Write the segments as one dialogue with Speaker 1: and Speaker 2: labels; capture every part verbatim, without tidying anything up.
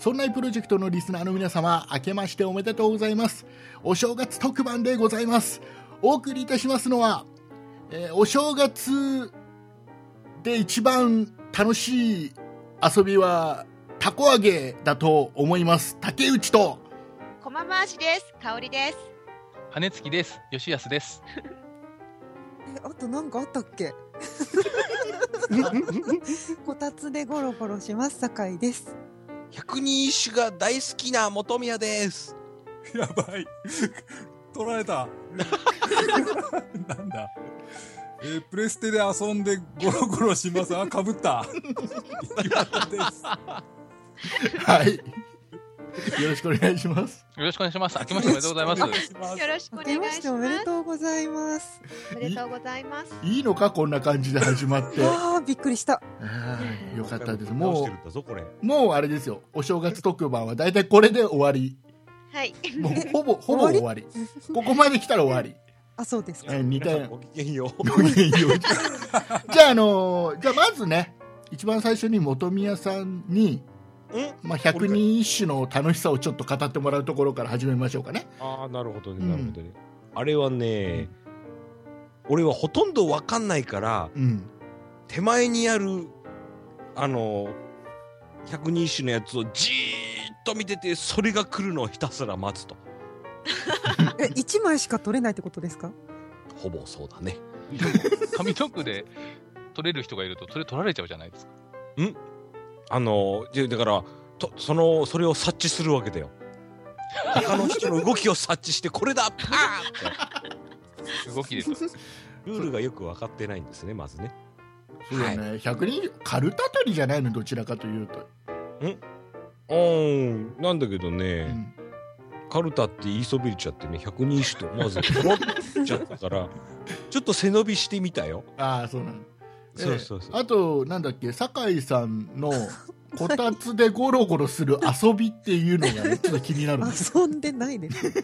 Speaker 1: そんなプロジェクトのリスナーの皆様、明けましておめでとうございます。お正月特番でございます。お送りいたしますのは、えー、お正月で一番楽しい遊びはたこ揚げだと思います。竹内と
Speaker 2: 駒回しです。香りです。
Speaker 3: 羽根つきです。吉安です。
Speaker 4: え、あとなんかあったっけこたつでゴロゴロします。酒井です。
Speaker 5: 百人一首が大好きな本宮です。
Speaker 6: やばい取られたなんだ、えー、プレステで遊んでゴロゴロします。あ、かぶった岩田です
Speaker 1: はい、よろしくお願いします。
Speaker 3: よろしくお願いします。明けましておめでとうございます。
Speaker 2: よろしくお願いします。
Speaker 4: 明けましておめでとうございます。
Speaker 2: おめでとうございます。
Speaker 1: いいのかこんな感じで始まって
Speaker 4: あーびっくりした。
Speaker 1: あーよかったです。
Speaker 5: も
Speaker 1: も
Speaker 5: う
Speaker 1: もうあれですよ、お正月特番はだいたいこれで終わり。
Speaker 2: はい。
Speaker 1: もうほぼほぼ終わり。ここまで来たら終わり。
Speaker 4: あ、そうですか。
Speaker 1: 似た
Speaker 5: ごきげんよう。
Speaker 1: ごきげんよう。じゃあ、あのー、じゃあまずね、一番最初に本宮さんに、まあ、百人一首の楽しさをちょっと語ってもらうところから始めましょうかね。
Speaker 5: ああ、なるほどね、なるほどね。うん、あれはね、うん、俺はほとんどわかんないから、うん、手前にある、あの、百人一首のやつをじーっと見てて、それが来るのをひたすら待つと。
Speaker 4: え、一枚しか取れないってことですか？
Speaker 5: ほぼそうだね。
Speaker 3: 紙トークで取れる人がいると、それ取られちゃうじゃないですか。
Speaker 5: んあの、だからとそのそれを察知するわけだよ。他の人の動きを察知してこれだパー
Speaker 3: って動きです。
Speaker 5: ルールがよく分かってないんですね、まずね。
Speaker 1: そうだね、はい、ひゃくにんカルタ取りじゃないの、どちらかというと。
Speaker 5: んあーなんだけどね、うん、カルタって言いそびれちゃってね、百人一首とまず取っちゃったからちょっと背伸びしてみたよ。
Speaker 1: ああ、そうなの。
Speaker 5: そうそうそう。
Speaker 1: あとなんだっけ、酒井さんのこたつでゴロゴロする遊びっていうのが、ね、ちょっと気になるんです。
Speaker 4: 遊んでないです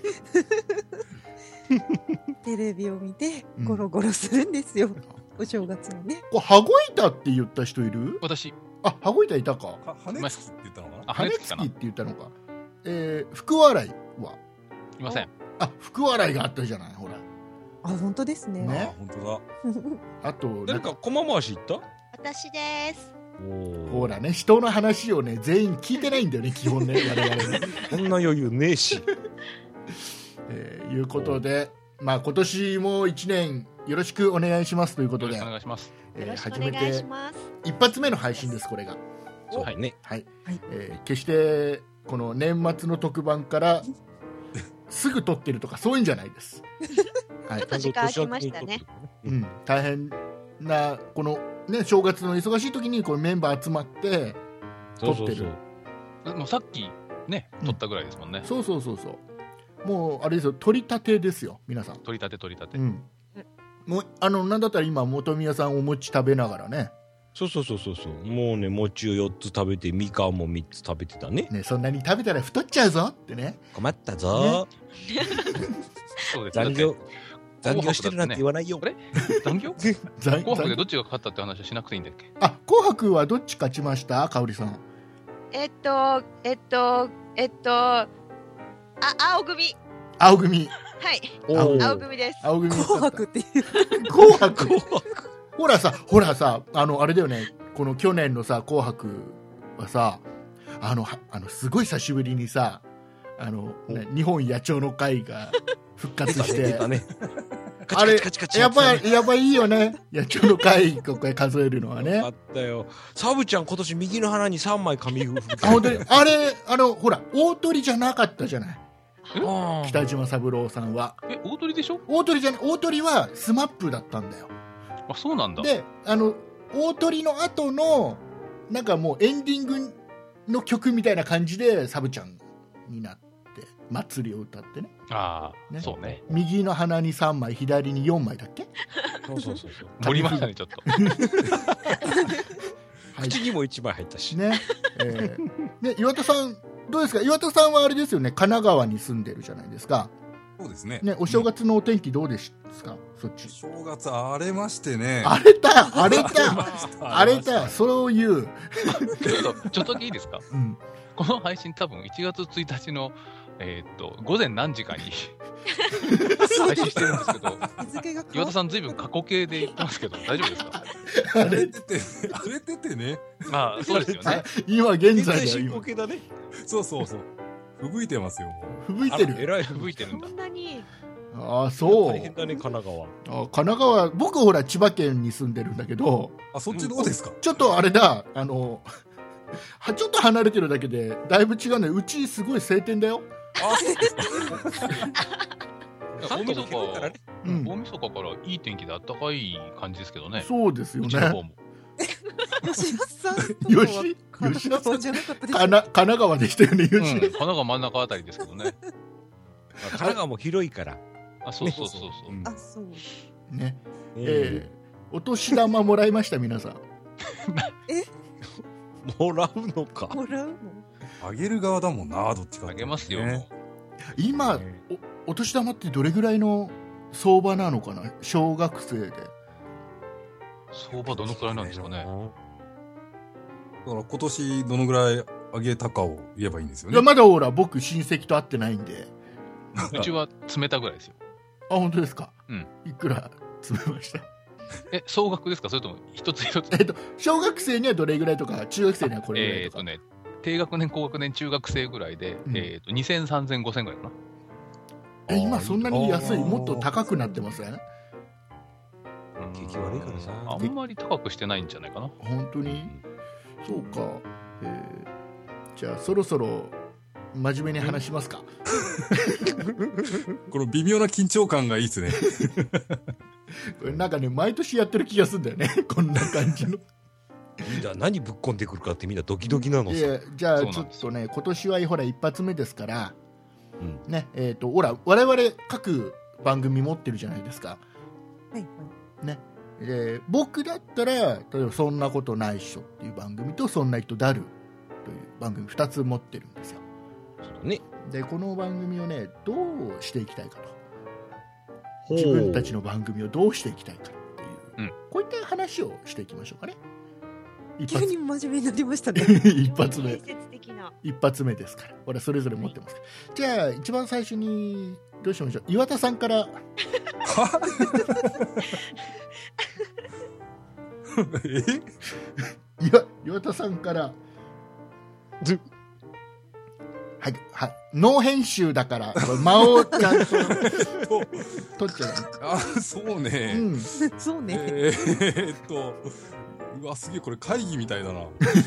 Speaker 4: テレビを見てゴロゴロするんですよ、うん、お正月はね。
Speaker 1: これ羽子板って言った人いる？
Speaker 3: 私。
Speaker 1: あ、羽子板いたか。
Speaker 6: 羽根つきって言ったのかな。
Speaker 1: 羽根つきって言ったのか。えー、福笑いはい
Speaker 3: ません。
Speaker 1: あ、福笑いがあったじゃない、ほら。
Speaker 4: あ、本当ですね。
Speaker 1: ね、
Speaker 6: 本当
Speaker 1: だ。あと
Speaker 5: 誰か駒回し行った？
Speaker 2: 私です。
Speaker 1: ほらね、人の話をね全員聞いてないんだよね基本ね、我々ね。
Speaker 5: こんな余裕ねえし。
Speaker 1: えー、いうことで、まあ今年も一年よろしくお願いしますということで。
Speaker 3: よろしくお願いします。
Speaker 2: えー、初めて
Speaker 1: 一発目の配信です、これが。
Speaker 5: はいね。
Speaker 1: はい。はい、えー、決してこの年末の特番からすぐ撮ってるとかそういうんじゃないです。
Speaker 2: はい、ちょっと時間空きましたね。
Speaker 1: うん、大変なこのね、正月の忙しい時にこうメンバー集まって撮ってる。そうそう
Speaker 3: そう、もうさっきね撮ったぐらいですもんね。
Speaker 1: うん、そうそうそうそう。もうあれですよ、撮りたてですよ皆さん。
Speaker 3: 撮りたて撮りたて。
Speaker 1: うん。もうあのなんだったら今本宮さんお餅食べながらね。
Speaker 5: そうそうそうそうそう。もうね、餅をよっつ食べて、みかんもみっつ食べてたね。
Speaker 1: ね、そんなに食べたら太っちゃうぞってね。
Speaker 5: 困ったぞ、ね、
Speaker 3: そうです。
Speaker 5: 残業残業してるなんて言わないよ。
Speaker 3: あれ残業紅白でどっちが勝ったって話はしなくていいんだっけ？
Speaker 1: あ、紅白はどっち勝ちました？香織さん。
Speaker 2: えっとえっとえっとあ、青組。
Speaker 1: 青組。
Speaker 2: はい。青組です。
Speaker 1: 青組。
Speaker 4: 紅白っていう。
Speaker 1: 紅白。紅白。ほらさ、ほらさ、あの、あれだよね、この去年のさ、紅白はさ、あの、あのすごい久しぶりにさ、あの、ね、日本野鳥の会が復活して、
Speaker 5: ね、
Speaker 1: あれ、やっぱり、やっぱいいよね、野鳥の会、ここで数えるのはね。
Speaker 5: あったよ。サブちゃん今年右の鼻にさんまい紙吹いて
Speaker 1: あ、本当に、あれ、あの、ほら、大鳥じゃなかったじゃない。北島三郎さんは。
Speaker 3: え、大鳥でしょ？
Speaker 1: 大鳥じゃない、大鳥はスマップだったんだよ。
Speaker 3: あ、そうなんだ。
Speaker 1: で、あの大鳥の後のなんかもうエンディングの曲みたいな感じでサブちゃんになって祭りを歌ってね。
Speaker 3: ああ、ね、そうね。
Speaker 1: 右の鼻にさんまい、左によんまいだっけ？
Speaker 5: そうそうそうそう。
Speaker 3: 盛りましたねちょっと。
Speaker 5: 口にもいちまい入ったし
Speaker 1: ね。えー、ね、岩田さんどうですか？岩田さんはあれですよね、神奈川に住んでるじゃないですか。
Speaker 6: そうですね。
Speaker 1: ね、お正月のお天気どうですか？そっち。
Speaker 6: 正月荒れましてね。
Speaker 1: 荒れた、荒れた、荒れた、そういう。
Speaker 3: ちょっと、ちょっとだけいいですか？
Speaker 1: うん。
Speaker 3: この配信多分いちがつついたちの、えーっと、午前何時かに配信してるんですけど、
Speaker 4: 日付が変
Speaker 3: 岩田
Speaker 4: わっ
Speaker 3: さんずいぶん過去形で言ってますけど、大丈夫ですか？
Speaker 6: 荒れてて、荒れててね。
Speaker 3: まあ、そうですよね。
Speaker 1: 今現
Speaker 5: 現
Speaker 1: 在だよ、
Speaker 5: 在進行
Speaker 1: 今。
Speaker 5: 形だね。
Speaker 6: そうそうそう。吹雪いてますよ、もう。
Speaker 1: 吹雪いてる。
Speaker 5: あら偉い。
Speaker 3: 吹いてるんだ
Speaker 2: そ。んなに。
Speaker 1: ああ、そう。
Speaker 5: 大変だね、神奈川。
Speaker 1: あ神奈川、僕ほら千葉県に住んでるんだけど、
Speaker 6: あ、そっちどうですか？
Speaker 1: ちょっとあれだ、あの、はちょっと離れてるだけで、だいぶ違うね。うちすごい晴天だよ。
Speaker 6: あ、そうですか。
Speaker 3: 大晦日、
Speaker 5: からね。
Speaker 1: うん。
Speaker 3: 大晦日からいい天気で暖かい感じですけどね。
Speaker 1: そうですよ
Speaker 3: うちの方
Speaker 1: ね。
Speaker 3: も。
Speaker 4: 吉田さんとかは
Speaker 1: 吉
Speaker 4: 神奈川じゃなかったでしょ。
Speaker 1: かな神奈川でしたよね、
Speaker 3: うん、
Speaker 1: 吉
Speaker 3: 神奈川真ん中あたりですけどね。
Speaker 5: まあ神奈川も広いから。
Speaker 3: あ、そうそうそうそう。
Speaker 5: うん
Speaker 4: あ、そう。
Speaker 1: ね。
Speaker 5: え
Speaker 1: えー、お年玉もらいました、皆さん。
Speaker 5: ーもらうのか。
Speaker 4: もらうの
Speaker 6: あげる側だもんな、どっちかって。
Speaker 3: あげますよ、
Speaker 6: ね
Speaker 3: も
Speaker 1: 今、お、お年玉ってどれぐらいの相場なのかな、小学生で。
Speaker 3: う。相場どのくらいなんですかね。
Speaker 6: だから今年どのぐらいあげたかを言えばいいんですよね
Speaker 1: いや。まだほら、僕、親戚と会ってないんで。
Speaker 3: うちは詰めたぐらいですよ。
Speaker 1: あ、本当ですか。
Speaker 3: うん。
Speaker 1: いくら詰めました？
Speaker 3: え、総額ですか？それとも一つ一つ？
Speaker 1: えっと、小学生にはどれぐらいとか、中学生にはこれぐらいとか。
Speaker 3: えーっとね、低学年、高学年、中学生ぐらいで、
Speaker 1: うん
Speaker 3: えーっと、にせん、さんぜん、ごせんぐらいかな。
Speaker 1: え、今そんなに安い？
Speaker 6: あー
Speaker 1: もっと高くなってません？
Speaker 3: うん
Speaker 5: 景気悪いからさ
Speaker 3: あんまり高くしてないんじゃないかな。
Speaker 1: 本当に？そうか。えー、じゃあ、そろそろ、真面目に話しますか。
Speaker 6: この微妙な緊張感がいいですね。
Speaker 1: これなんかね、毎年やってる気がするんだよね。こんな感じの。
Speaker 5: みんな何ぶっこんでくるかってみんなドキドキなのさ。
Speaker 1: いやじゃあちょ
Speaker 3: そうなんです
Speaker 1: っとね、今年はほら一発目ですから、
Speaker 5: うん
Speaker 1: ね、えっ、と、ほら、我々各番組持ってるじゃないですか。
Speaker 4: はいはい。
Speaker 1: ね。で、僕だったら、例えば、そんなことないっしょっていう番組と、そんな人だるという番組ふたつ持ってるんですよ。
Speaker 5: そうだね。
Speaker 1: で、この番組をね、どうしていきたいかと。自分たちの番組をどうしていきたいかっていう、
Speaker 3: うん
Speaker 1: こういった話をしていきましょうかね。一
Speaker 4: 急
Speaker 1: 発
Speaker 4: に真面目になりましたね。
Speaker 1: 一発目
Speaker 2: 建設的な。
Speaker 1: 一発目ですから、俺それぞれ持ってますから。じゃあ一番最初にどうしましょう。岩田さんから
Speaker 6: え
Speaker 1: 岩岩田さんから
Speaker 5: ず
Speaker 1: はいはい、ノー編集だからこれ間をちゃんと取っちゃ
Speaker 6: あ、そう
Speaker 1: う、
Speaker 6: ね。
Speaker 1: うん、
Speaker 4: そうね。
Speaker 6: えーっと、うわ、すげえ、これ会議みたいだな。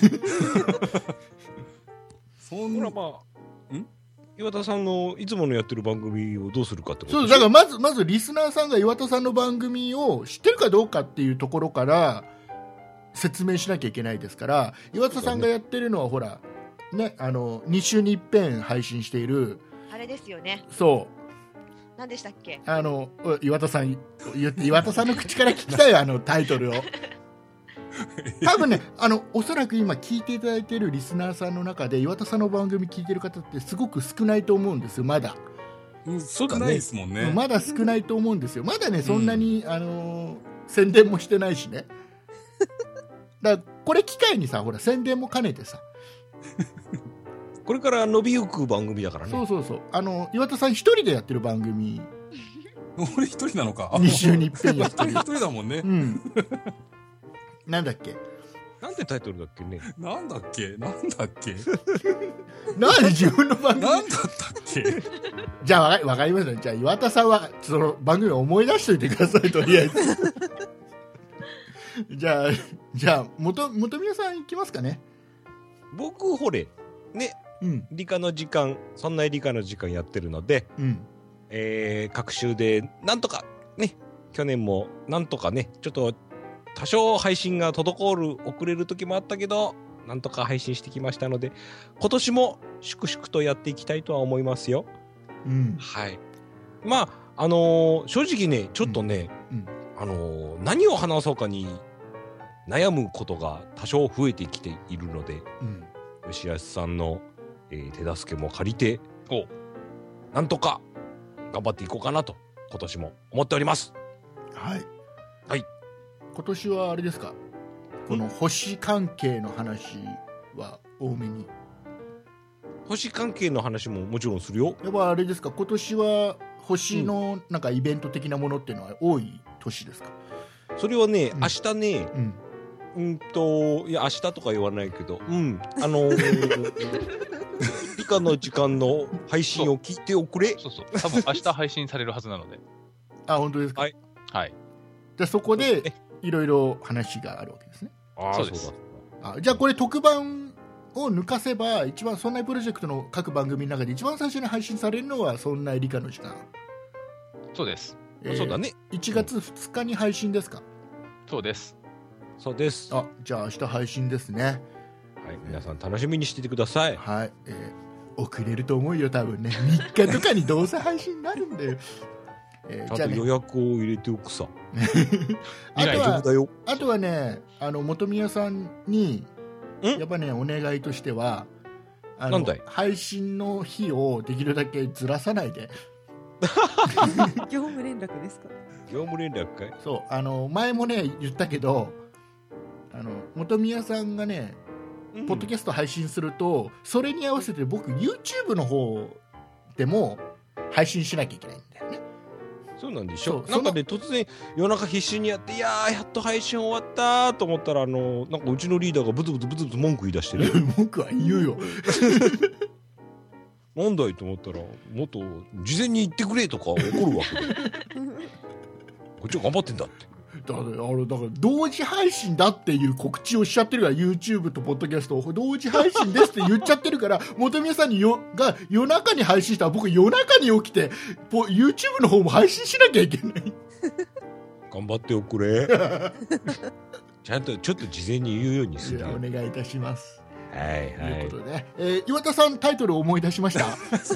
Speaker 6: そんな、
Speaker 5: ほらまあ、
Speaker 6: ん
Speaker 5: 岩田さんのいつものやってる番組をどうするかってこと
Speaker 1: そうだからまずまずリスナーさんが岩田さんの番組を知ってるかどうかっていうところから説明しなきゃいけないですから、岩田さんがやってるのはほらね、あのに週にいっぺん配信している、
Speaker 2: あれですよね。
Speaker 1: そう
Speaker 2: 何でしたっけ？
Speaker 1: あの岩田さん言岩田さんの口から聞きたいよ、あのタイトルを。多分ね、あのおそらく今聞いていただいているリスナーさんの中で岩田さんの番組聞いてる方ってすごく少ないと思うんですよ、まだ。
Speaker 6: うん
Speaker 5: そうだね
Speaker 6: 少ないですもんね。
Speaker 1: まだ少ないと思うんですよ。まだね、そんなに、あのー宣伝もしてないしね。だからこれ機会にさ、ほら宣伝も兼ねてさ、
Speaker 5: これから伸びゆく番組だからね。
Speaker 1: そうそうそう、あの岩田さん一人でやってる番組、
Speaker 6: 俺一人なのか。
Speaker 1: に週にいっぺんやってる
Speaker 6: 一人一。人だもんね
Speaker 1: う。ん。なんだっけ。
Speaker 5: なんてタイトルだっけね。
Speaker 6: なんだっけなんだっけ
Speaker 1: なんで自分の番組。
Speaker 6: なんだったっけ
Speaker 1: じゃあわかわかりました。じゃあ岩田さんはその番組を思い出しておいてください、とりあえず。じゃあじゃあ元元宮さん行きますかね。
Speaker 5: 僕、ほれ、ね、
Speaker 1: うん
Speaker 5: 理科の時間、そんな理科の時間やってるので、
Speaker 1: うん
Speaker 5: えー、各週で、なんとか、ね、去年も、なんとかね、ちょっと、多少配信が滞る、遅れる時もあったけど、なんとか配信してきましたので、今年も粛々とやっていきたいとは思いますよ。
Speaker 1: うん
Speaker 5: はい。まあ、あのー正直ね、ちょっとね、
Speaker 1: うんうん
Speaker 5: あのー何を話そうかに悩むことが多少増えてきているので、
Speaker 1: うん
Speaker 5: 吉安さんの、えー手助けも借りて、
Speaker 3: お
Speaker 5: なんとか頑張っていこうかなと、今年も思っております。
Speaker 1: はい
Speaker 5: はい。
Speaker 1: 今年はあれですか、この星関係の話は多めに。
Speaker 5: 星関係の話ももちろんするよ。
Speaker 1: やっぱあれですか、今年は星のなんかイベント的なものっていうのは多い年ですか？
Speaker 5: それはね、
Speaker 1: うん
Speaker 5: 明日ね、
Speaker 1: うん
Speaker 5: うんと、いや、明日とか言わないけど、うん、あのー、理科の時間の配信を聞いておくれ。
Speaker 3: そうそう。多分明日配信されるはずなので。
Speaker 1: あ、本当ですか？
Speaker 5: はい
Speaker 3: はい。
Speaker 1: じゃあそこ
Speaker 5: え
Speaker 1: でいろいろ話があるわけですね。
Speaker 5: ああ、
Speaker 3: そうです
Speaker 5: そうだ。
Speaker 1: あ、じゃあこれ特番を抜かせば一番そんなプロジェクトの各番組の中で一番最初に配信されるのはそんな理科の時間、
Speaker 3: そうです。
Speaker 1: えー
Speaker 5: そうだね。
Speaker 1: いちがつふつかに配信ですか？
Speaker 3: そうです。
Speaker 5: そうです。は
Speaker 1: あ、じゃあ明日配信ですね。
Speaker 5: い、皆さん楽しみにしててください。
Speaker 1: はい、えー遅れると思うよ多分ね。みっかとかにどうせ配信になるんだよ。えーじゃあね
Speaker 5: ちゃんと予約を入れておくさ。
Speaker 1: あと
Speaker 5: 大丈夫
Speaker 1: は
Speaker 5: だよ。
Speaker 1: あとはね、あの本宮さんに
Speaker 5: ん
Speaker 1: やっぱねお願いとしては、あの
Speaker 5: なんだい
Speaker 1: 配信の日をできるだけずらさないで。
Speaker 4: 業務連絡ですか？
Speaker 5: 業務連絡会。
Speaker 1: そう、あの前もね言ったけど、あの本宮さんがね
Speaker 5: うん
Speaker 1: ポッドキャスト配信すると、それに合わせて僕 YouTube の方でも配信しなきゃいけないんだよね。
Speaker 5: そうなんでし
Speaker 1: そう
Speaker 5: ょ。なんかね、突然夜中必死にやって、いやー、やっと配信終わったーと思ったら、あのー、なんかうちのリーダーがブツブツブツブツ文句言い出してね。
Speaker 1: 僕は言うよ。
Speaker 5: なんだいと思ったら、もっと事前に言ってくれとか怒るわけだよ。こっちは頑張ってんだって。
Speaker 1: だからあれだから同時配信だっていう告知をしちゃってるから、 YouTube とポッドキャストを同時配信ですって言っちゃってるから、本宮さんによが夜中に配信したら僕夜中に起きてポ YouTube の方も配信しなきゃいけない。
Speaker 5: 頑張っておくれ。ちゃんとちょっと事前に言うようにするよ。
Speaker 1: お願いいたします。
Speaker 5: はい
Speaker 1: と
Speaker 5: はいいう
Speaker 1: ことでね、えー岩田さんタイトルを思い出しました。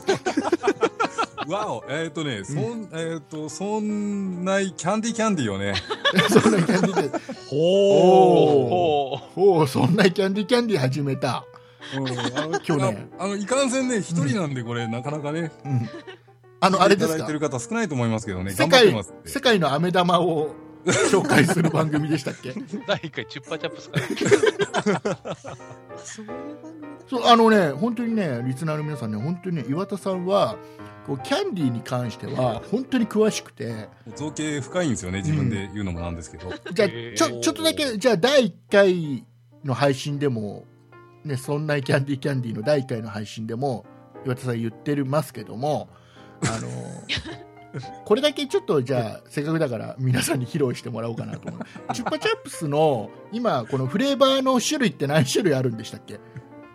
Speaker 6: わお、えっ、ー、とね、そん、えっ、ー、と、そんないキャンディーキャンディーをね、
Speaker 1: そんなキャンディーで
Speaker 5: ほ
Speaker 1: おー
Speaker 3: お
Speaker 1: おーそんなキャンディーキャンディー始めた。
Speaker 6: うん、あの
Speaker 1: 去年
Speaker 6: ああの、いかんせんね、一人なんでこれ、なかなかね、
Speaker 1: うん、あのあれですか
Speaker 6: 聞いていただいて、る方少ないと思いますけどね、
Speaker 1: 世
Speaker 6: 頑張って
Speaker 1: 界
Speaker 6: ますって。
Speaker 1: 世界の飴玉を紹介する番組でしたっけ？
Speaker 3: だいいっかいチュッパチャップスから。
Speaker 4: そういう番組だ。
Speaker 1: そうあのね本当にねリスナーの皆さんね、本当にね岩田さんはこうキャンディーに関しては本当に詳しくて、
Speaker 6: 造形深いんですよね、自分で言うのもなんですけど。
Speaker 1: じゃあ
Speaker 3: へー
Speaker 1: ちょちょっとだけじゃあだいいっかいの配信でもね、そんなキャンディーキャンディーのだいいっかいの配信でも岩田さん言ってますけども、あのこれだけちょっとじゃあせっかくだから皆さんに披露してもらおうかなと思う。チュッパチャップスの今このフレーバーの種類って何種類あるんでしたっけ？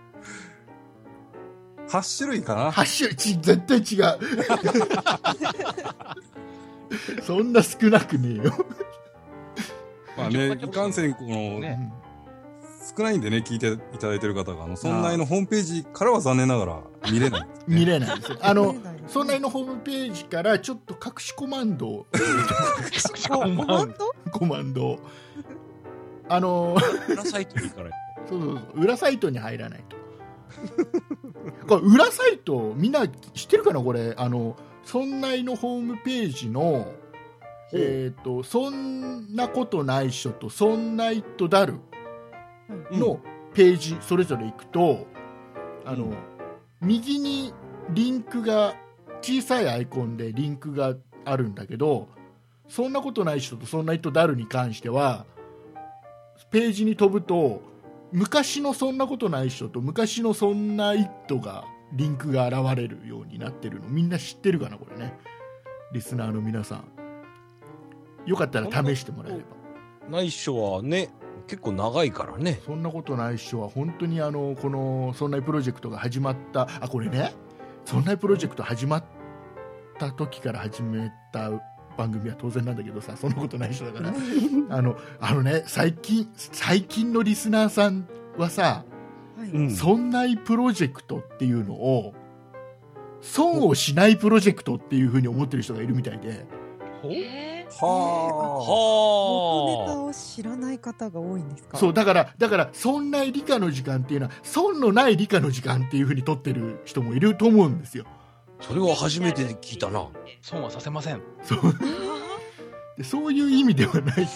Speaker 6: はち種類かな。
Speaker 1: はち種類ち絶対違う。そんな少なくねえよ。
Speaker 6: まあね、いかんせん、この、
Speaker 3: ね
Speaker 6: 少ないんでね、聞いていただいてる方が、あの、そんなのホームページからは残念ながら見れないんですね。
Speaker 1: 見れないんですよ。あの
Speaker 4: 見れないですね
Speaker 1: そんなのホームページからちょっと隠しコマンドを
Speaker 4: コマンド？
Speaker 1: コマンドをあの
Speaker 5: 裏サイトに行かない
Speaker 1: そうそうそう裏サイトに入らないと。これ裏サイトみんな知ってるかな、これあのそんないのホームページのえっ、とそんなことないっしょとそんないとだるのページそれぞれ行くと、あの、右にリンクが小さいアイコンでリンクがあるんだけど、そんなことない人とそんな人だるに関してはページに飛ぶと昔のそんなことない人と昔のそんな人がリンクが現れるようになってるのみんな知ってるかな、これね、リスナーの皆さんよかったら試してもらえれば。
Speaker 5: 内緒はね、結構長いからね。
Speaker 1: そんなことないっしょは本当にあのこのそんなプロジェクトが始まったあこれねそんなプロジェクト始まった時から始めた番組は当然なんだけどさ、そんなことないっしょだからあのあのね最近最近のリスナーさんはさ、
Speaker 4: はい
Speaker 5: うん
Speaker 1: そんなプロジェクトっていうのを損をしないプロジェクトっていう風に思ってる人がいるみたいで、
Speaker 2: えー
Speaker 6: は
Speaker 4: 元ネタ
Speaker 5: は
Speaker 4: を知らない方が多いんですか？
Speaker 1: そうだからだからそんな理科の時間っていうのは損のない理科の時間っていう風に取ってる人もいると思うんですよ。
Speaker 5: あ、それは初めて聞いたな。
Speaker 3: 損はさせません。
Speaker 1: そうでそういう意味ではないから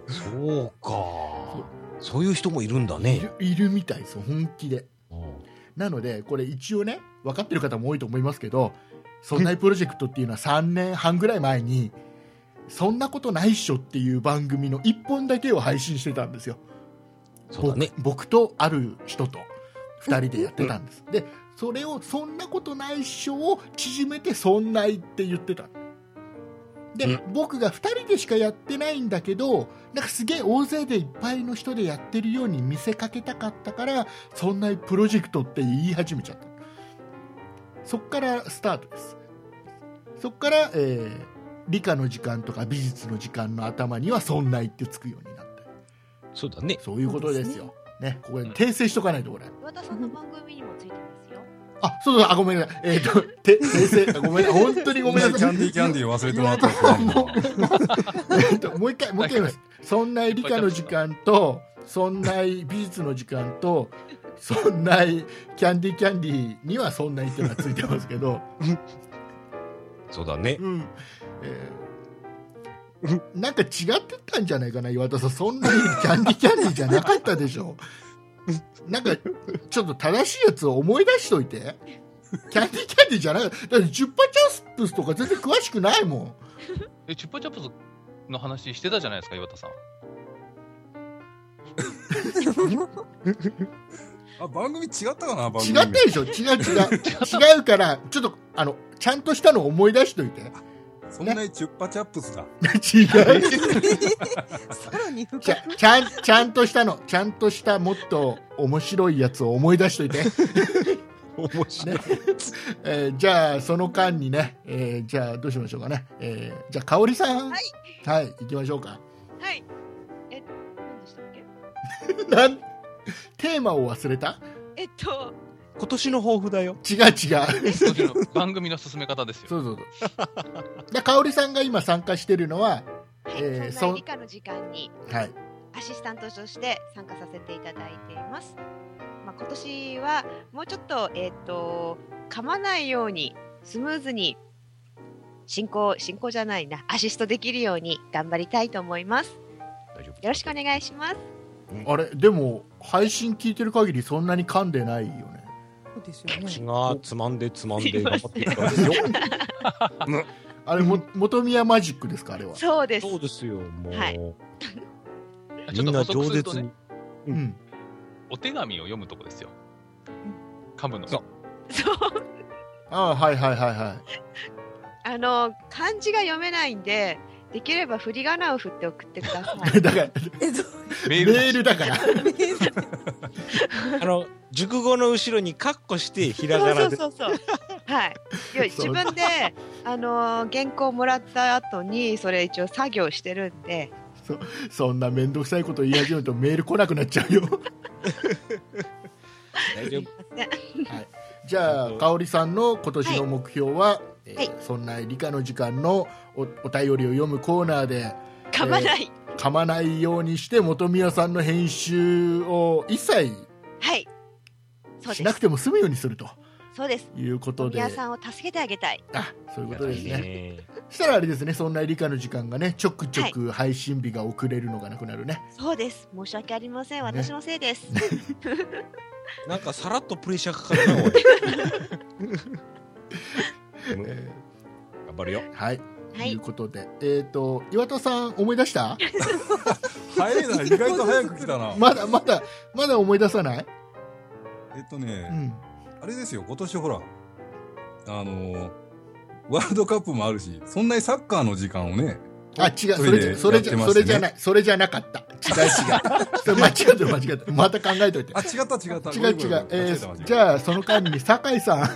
Speaker 5: そうか。そういう人もいるんだ
Speaker 1: い
Speaker 5: ね。
Speaker 1: るいるみたいです本気で。
Speaker 5: うん
Speaker 1: なのでこれ一応ね分かってる方も多いと思いますけど、そんなプロジェクトっていうのはさんねんはんぐらい前にそんなことないっしょっていう番組のいっぽんだけを配信してたんですよ。
Speaker 5: そうだね。
Speaker 1: 僕, 僕とある人とふたりでやってたんです。でそれをそんなことないっしょを縮めてそんないって言ってた。で、うん、僕がふたりでしかやってないんだけど、なんかすげえ大勢でいっぱいの人でやってるように見せかけたかったからそんなプロジェクトって言い始めちゃった。そっからスタートです。そっから、えー、理科の時間とか美術の時間の頭にはそんないってつくようになった。
Speaker 5: そうだね。
Speaker 1: そういうことですよ。ね、これ訂正しとかないとこれ。
Speaker 2: 岩田さんの番組にもついてますよ。
Speaker 1: あ、そうそう、あ、ごめんなさい。えっ、ー、と、て、訂正、ごめんなさい。本当にごめんなさい。
Speaker 6: キャンディーキャンディー忘れてもらった
Speaker 1: えっと、もう一回、もう一回言います。そんな理科の時間と、そんな美術の時間と、そんなキャンディーキャンディーにはそんなっていうのがついてますけど。
Speaker 5: そうだね。
Speaker 1: うん。えー、なんか違ってたんじゃないかな、岩田さん。そんなにキャンディーキャンディーじゃなかったでしょ。なんかちょっと正しいやつを思い出しといて。キャンディーキャンディーじゃない。だってチュッパチャップスとか全然詳しくないもん。
Speaker 3: え、チュッパチャップスの話してたじゃないですか、岩田さん。
Speaker 6: あ、番組違ったかな。番組
Speaker 1: 違ったでしょ。違う違う違うからちょっとあのちゃんとしたのを思い出しといて。
Speaker 6: そんなにチュッパチャップスだ。
Speaker 1: 違う。
Speaker 4: さらに深く
Speaker 1: ちゃちゃんちゃんとしたの、ちゃんとしたもっと面白いやつを思い出しといて。
Speaker 5: 面白い、
Speaker 1: ねえー、じゃあその間にね、えー、じゃあどうしましょうかね。えー、じゃあ香織さん、
Speaker 2: はい
Speaker 1: はい行きましょうか。
Speaker 2: はい。え、何でしたっ
Speaker 1: け？なんテーマを忘れた？
Speaker 2: えっと。
Speaker 5: 今年の抱負だよ。
Speaker 1: 違う違
Speaker 3: う。番組の進め方ですよ。
Speaker 1: そうそうそう。で、香織さんが今参加しているのは、
Speaker 2: はい、えー、そんな理科の時間に、
Speaker 1: はい、
Speaker 2: アシスタントとして参加させていただいています。まあ、今年はもうちょっと、えっと、噛まないようにスムーズに進行、進行じゃないな、アシストできるように頑張りたいと思います。大丈夫。よろしくお願いします。
Speaker 1: あれ、でも配信聞いてる限りそんなに噛んでないよね。
Speaker 4: そうですよね。
Speaker 5: 私がつまんでつまんで頑張ってるからですよ。
Speaker 1: あれも本宮マジックですか、あれは。
Speaker 2: そうです。
Speaker 5: そうですよ。もう、はい、
Speaker 3: みんな饒舌に、ね、
Speaker 1: うん。
Speaker 3: お手紙を読むとこですよ。噛むの。
Speaker 2: そう。
Speaker 1: ああ、はいはいはいはい。
Speaker 2: あの漢字が読めないんで。できれば振り仮名を振って送ってください。
Speaker 1: だからメール、メールだから。
Speaker 5: あの熟語の後ろにカッコしてひらがなで。
Speaker 2: そうそうそうそう。はい。いや自分であの原稿もらった後にそれ一応作業してるんで。
Speaker 1: そそんな面倒くさいこと言い始めるとメール来なくなっちゃうよ。
Speaker 5: 大丈夫。
Speaker 1: はい。じゃあ香織さんの今年の目標は。はいえー
Speaker 2: はい、
Speaker 1: そんな理科の時間の お, お便りを読むコーナーで
Speaker 2: 噛まない、
Speaker 1: えー、噛まないようにして本宮さんの編集を一切しなくても済むようにすると
Speaker 2: そうです
Speaker 1: いうことで
Speaker 2: 本宮さんを助けてあげたい。
Speaker 1: あそういうことですね。そしたらあれですね、そんな理科の時間がねちょくちょく配信日が遅れるのがなくなるね、はい、
Speaker 2: そうです。申し訳ありません、私のせいです、ね、
Speaker 5: なんかさらっとプレッシャーかかるな俺えー、頑張るよ。
Speaker 1: はい。と、はい、いうことで、えっ、ー、と岩田さん思い出した？
Speaker 6: 早いな、意外と早く来たな。
Speaker 1: まだまだまだ思い出さない？
Speaker 6: えっとね、
Speaker 1: うん、
Speaker 6: あれですよ、今年ほらあのー、ワールドカップもあるし、そんなにサッカーの時間をね。
Speaker 1: あ、違う、それじゃ、それじゃ、それじゃない、それじゃなかった。違う違う。それ間違ってる間違ってる。また考えといて。
Speaker 6: あ、違った違った。
Speaker 1: 違う違う。えー、じゃあ、その間に酒井さん。はい。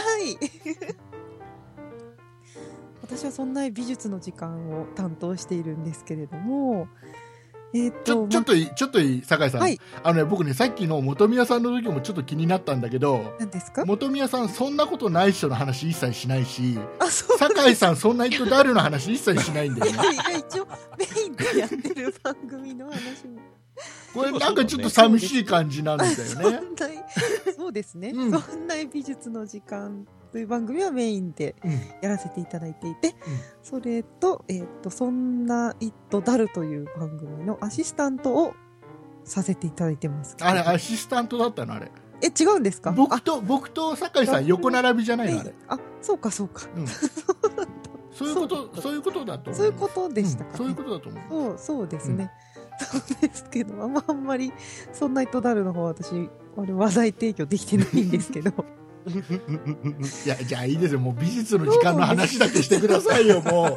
Speaker 4: 私はそんな美術の時間を担当しているんですけれども、えー、と
Speaker 1: ちょ、ちょっといい、ちょっといい、酒井さん。はい、あのね、僕ね、さっきの本宮さんの時もちょっと気になったんだけど、
Speaker 4: 何ですか？
Speaker 1: 本宮さん、そんなことない人の話一切しないし、
Speaker 4: あ、そう
Speaker 1: 酒井さん、そんな人誰の話一切しないんだよね。
Speaker 4: いや、一応、メインでやってる番組の話も。
Speaker 1: これなんかちょっと寂しい感じなんだよね。
Speaker 4: そうですね。
Speaker 1: うん、
Speaker 4: そんな美術の時間という番組はメインでやらせていただいていて、うん、それと、えっと、そんなイットダルという番組のアシスタントをさせていただいてます。
Speaker 1: あれ、アシスタントだったのあれ。
Speaker 4: え、違うんですか？
Speaker 1: 僕と、僕と酒井さん横並びじゃないのあれ。
Speaker 4: あ、そうかそうか。
Speaker 1: うん、そういうこと、そういうことだと思う。
Speaker 4: そういうことでしたか、ね
Speaker 1: うん、そういうことだと思
Speaker 4: う。そう、そうですね。うん、そうですけど、あんま、あんまり、そんな糸だるの方は私、あれ話題提供できてないんですけど。
Speaker 1: いや、じゃあいいですよ。もう美術の時間の話だけしてくださいよ、もう。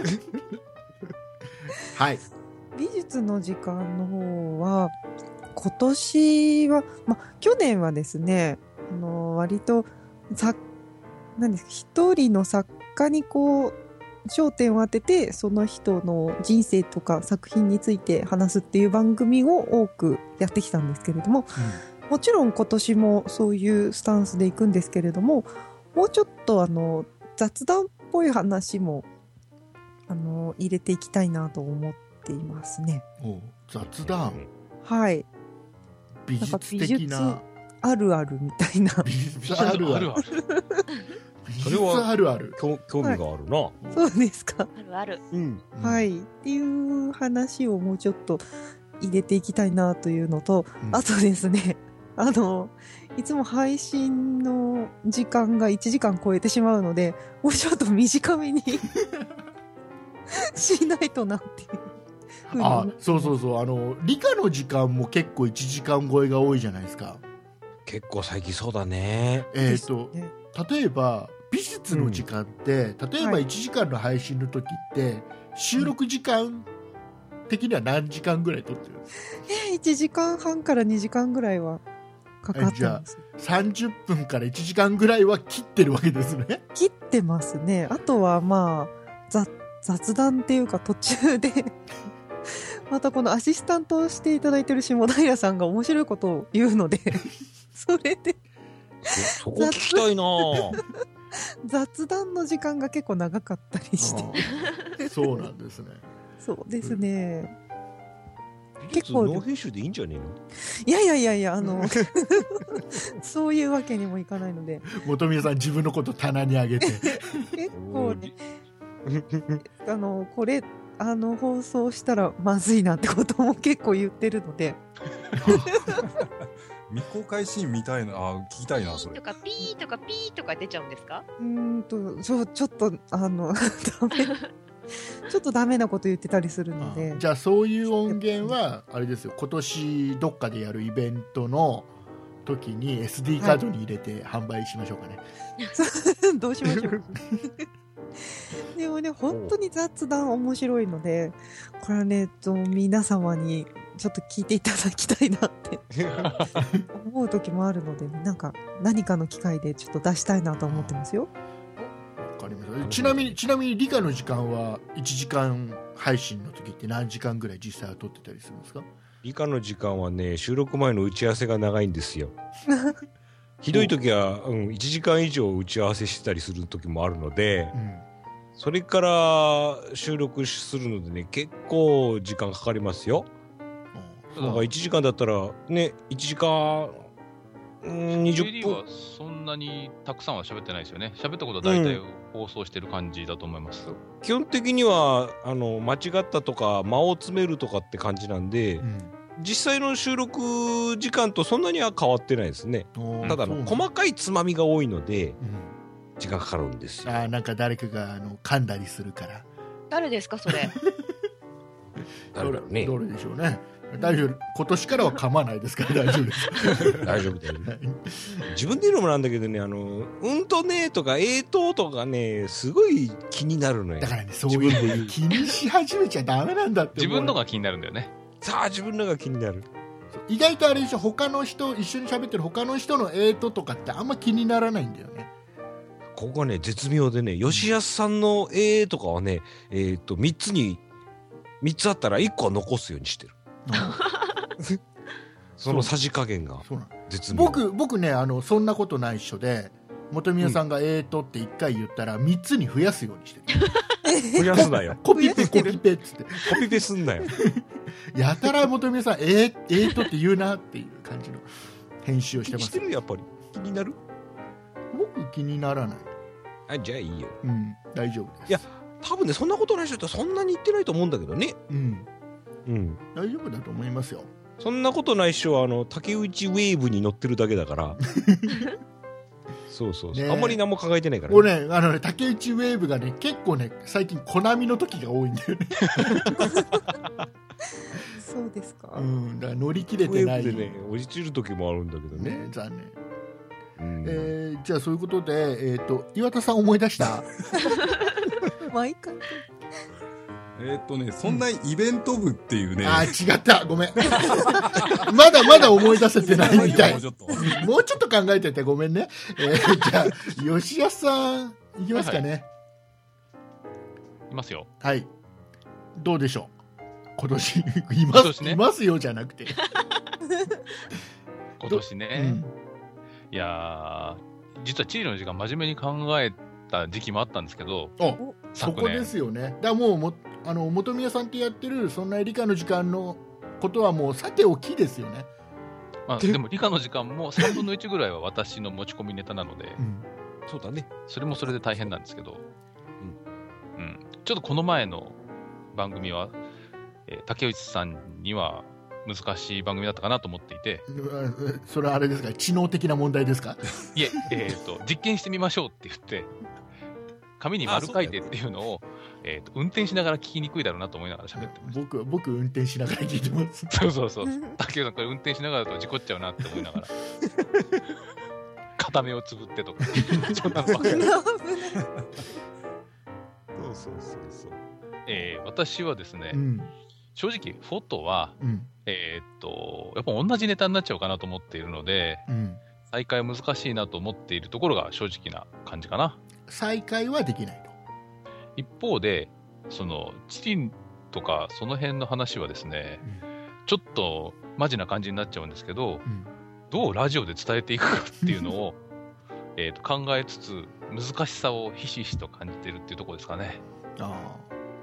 Speaker 1: はい。
Speaker 4: 美術の時間の方は、今年は、ま、去年はですね、あの、割と、さ、何ですか、一人の作家にこう、焦点を当てて、その人の人生とか作品について話すっていう番組を多くやってきたんですけれども、うん、もちろん今年もそういうスタンスでいくんですけれども、もうちょっとあの、雑談っぽい話も、あの、入れていきたいなと思っていますね。
Speaker 1: お雑談？
Speaker 4: はい。
Speaker 1: 美術的な。
Speaker 4: あるあるみたいな。
Speaker 1: 美術あるある。
Speaker 5: それは
Speaker 1: あるある。
Speaker 5: 興味があるな、
Speaker 4: はい。そうですか。
Speaker 2: あるある。
Speaker 4: うん。はい。っていう話をもうちょっと入れていきたいなというのと、うん、あとですね、あの、いつも配信の時間がいちじかん超えてしまうので、もうちょっと短めにしないとなっていう。
Speaker 1: あ、そうそうそう。あの、理科の時間も結構いちじかん超えが多いじゃないですか。
Speaker 5: 結構最近そうだね。
Speaker 1: えっと、ね、例えば、美術の時間って、うん、例えばいちじかんの配信の時って、はい、収録時間的には何時間ぐらい撮ってるんですか？
Speaker 4: えー、いちじかんはんからにじかんぐらいはかかってます。
Speaker 1: じゃあさんじゅっぷんからいちじかんぐらいは切ってるわけですね。
Speaker 4: 切ってますね。あとはまあ、雑、雑談っていうか途中でまたこのアシスタントをしていただいてる下平さんが面白いことを言うのでそれで
Speaker 5: そこ聞きたいな
Speaker 4: 雑談の時間が結構長かったりして
Speaker 1: そうなんですね。
Speaker 4: そうですね。
Speaker 5: 結構ノー編集でいいんじゃねえの？
Speaker 4: いやいやいやいや、あのそういうわけにもいかないので、
Speaker 1: 本宮さん自分のこと棚に上げて
Speaker 4: 結構ねあのこれあの放送したらまずいなってことも結構言ってるので
Speaker 6: 未公開シーン見たいな、あ、聞きたいな、それ。
Speaker 2: とかピーとかピーとか出ちゃうんですか？
Speaker 4: うーんと、ちょ、ちょっと、あの、ダメ。ちょっとダメなこと言ってたりするので。
Speaker 1: ああ、じゃあそういう音源は、あれですよ、今年どっかでやるイベントの時に エスディー カードに入れて販売しましょうかね。
Speaker 4: はい、どうしましょう。でもね、本当に雑談面白いので、これはね、と皆様にちょっと聞いていただきたいなって思う時もあるので、ね、なんか何かの機会でちょっと出したいなと思ってますよ。
Speaker 1: わかりました。ちなみに、ちなみに理科の時間はいちじかん配信の時って何時間ぐらい実際は撮ってたりするんですか？
Speaker 5: 理科の時間はね、収録前の打ち合わせが長いんですよ。ひどい時は、うん、いちじかん以上打ち合わせしてたりする時もあるので、うん、それから収録するのでね、結構時間かかりますよ。だからいちじかんだったらね、いちじかん、うん、にじゅっぷん。
Speaker 3: ジェイディー はそんなにたくさんは喋ってないですよね。喋ったことは大体放送してる感じだと思います。うん、
Speaker 5: 基本的にはあの間違ったとか間を詰めるとかって感じなんで、うん、実際の収録時間とそんなには変わってないですね。ただの細かいつまみが多いので、うん、時間かかるんですよ。
Speaker 1: あ、なんか誰かがあの噛んだりするから。
Speaker 2: 誰ですかそれ？
Speaker 5: 誰だろうね。
Speaker 1: どれでしょうね。大丈夫。今年からは噛まないですから大丈夫です。
Speaker 5: 大丈夫だよね。自分で言うのもなんだけどね、あの、うんとねとかえーととかね、すごい気になるのよ。
Speaker 1: だからね、そういうの気にし始めちゃダメなんだって。
Speaker 3: 自分のが気になるんだよね。
Speaker 5: さあ、自分のが気になる。
Speaker 1: 意外とあれでしょ、他の人、一緒に喋ってる他の人のえーととかってあんま気にならないんだよね。
Speaker 5: ここがね、絶妙でね、吉安さんのえーとかはね、えーと、みっつに、みっつあったらいっこは残すようにしてる。そのさじ加減が絶妙。
Speaker 1: 僕僕ね、あのそんなことないっしょで、本宮さんがえーとっていっかい言ったらみっつに増やすようにして
Speaker 5: る。増やすなよ。
Speaker 1: コピペコピペっつって
Speaker 5: コピペすんなよ。
Speaker 1: やたら本宮さんえー、えーとって言うなっていう感じの編集をしてます。
Speaker 5: 気にしてる？やっぱり気になる？
Speaker 1: 僕気にならない。
Speaker 5: あ、じゃあいいよ。
Speaker 1: うん、大丈夫です。
Speaker 5: いや、多分ね、そんなことない人ってそんなに言ってないと思うんだけどね。
Speaker 1: うん、
Speaker 5: うん、
Speaker 1: 大丈夫だと思いますよ。
Speaker 5: そんなことないっしょ。あの竹内ウェーブに乗ってるだけだからそうそうそう、
Speaker 1: ね、
Speaker 5: あんまり何も考えてないから
Speaker 1: ね。俺ね、あのね、竹内ウェーブがね、結構ね、最近コナミの時が多いんだよね
Speaker 4: そうですか。
Speaker 1: うん、だから乗り切れてない。
Speaker 5: ウェーブでね、落ちる時もあるんだけどね。
Speaker 1: ね、残念。
Speaker 5: うん、
Speaker 1: えー、じゃあそういうことで、えっ、ー、と、岩田さん思い出した
Speaker 4: 毎回。
Speaker 6: えーっとね、そんなイベント部っていうね。
Speaker 1: ああ、違った。ごめん。まだまだ思い出せてないみたい。もうちょっと。もうちょっと考えててごめんね。えー、じゃあ、吉安さん、いきますかね。はい、
Speaker 3: いますよ。
Speaker 1: はい。どうでしょう。今年、います、ね、いますよじゃなくて。
Speaker 3: 今年ね。うん、いやー、実は地理の時間真面目に考えた時期もあったんですけど、
Speaker 1: そこですよね。だからもうも、あの本宮さんってやってるそんな理科の時間のことはもうさておきですよね。
Speaker 3: まあ、でも理科の時間もさんぶんのいちぐらいは私の持ち込みネタなので、
Speaker 5: うん、そうだね。
Speaker 3: それもそれで大変なんですけど、うんうん、ちょっとこの前の番組は、えー、竹内さんには難しい番組だったかなと思っていて、
Speaker 1: それはあれですか、知能的な問題ですか？
Speaker 3: いえ、えーと、実験してみましょうって言って紙に丸書いてっていうのをえーと運転しながら聞きにくいだろうなと思いながら喋ってました。
Speaker 1: 僕僕運転しながら聞いてます。
Speaker 3: そうそうそう。竹内さんこれ運転しながらだと事故っちゃうなって思いながら片目をつぶってとかそんなのばっかり。そうそう
Speaker 5: そうそう。
Speaker 3: えー、私はですね、うん、正直フォトは、うん、えー、っとやっぱ同じネタになっちゃうかなと思っているので、うん、再開は難しいなと思っているところが正直な感じかな。
Speaker 1: 再開はできないと。
Speaker 3: 一方でその地理とかその辺の話はですね、うん、ちょっとマジな感じになっちゃうんですけど、うん、どうラジオで伝えていくかっていうのをえと考えつつ難しさをひしひしと感じてるっていうところですかね。
Speaker 1: あ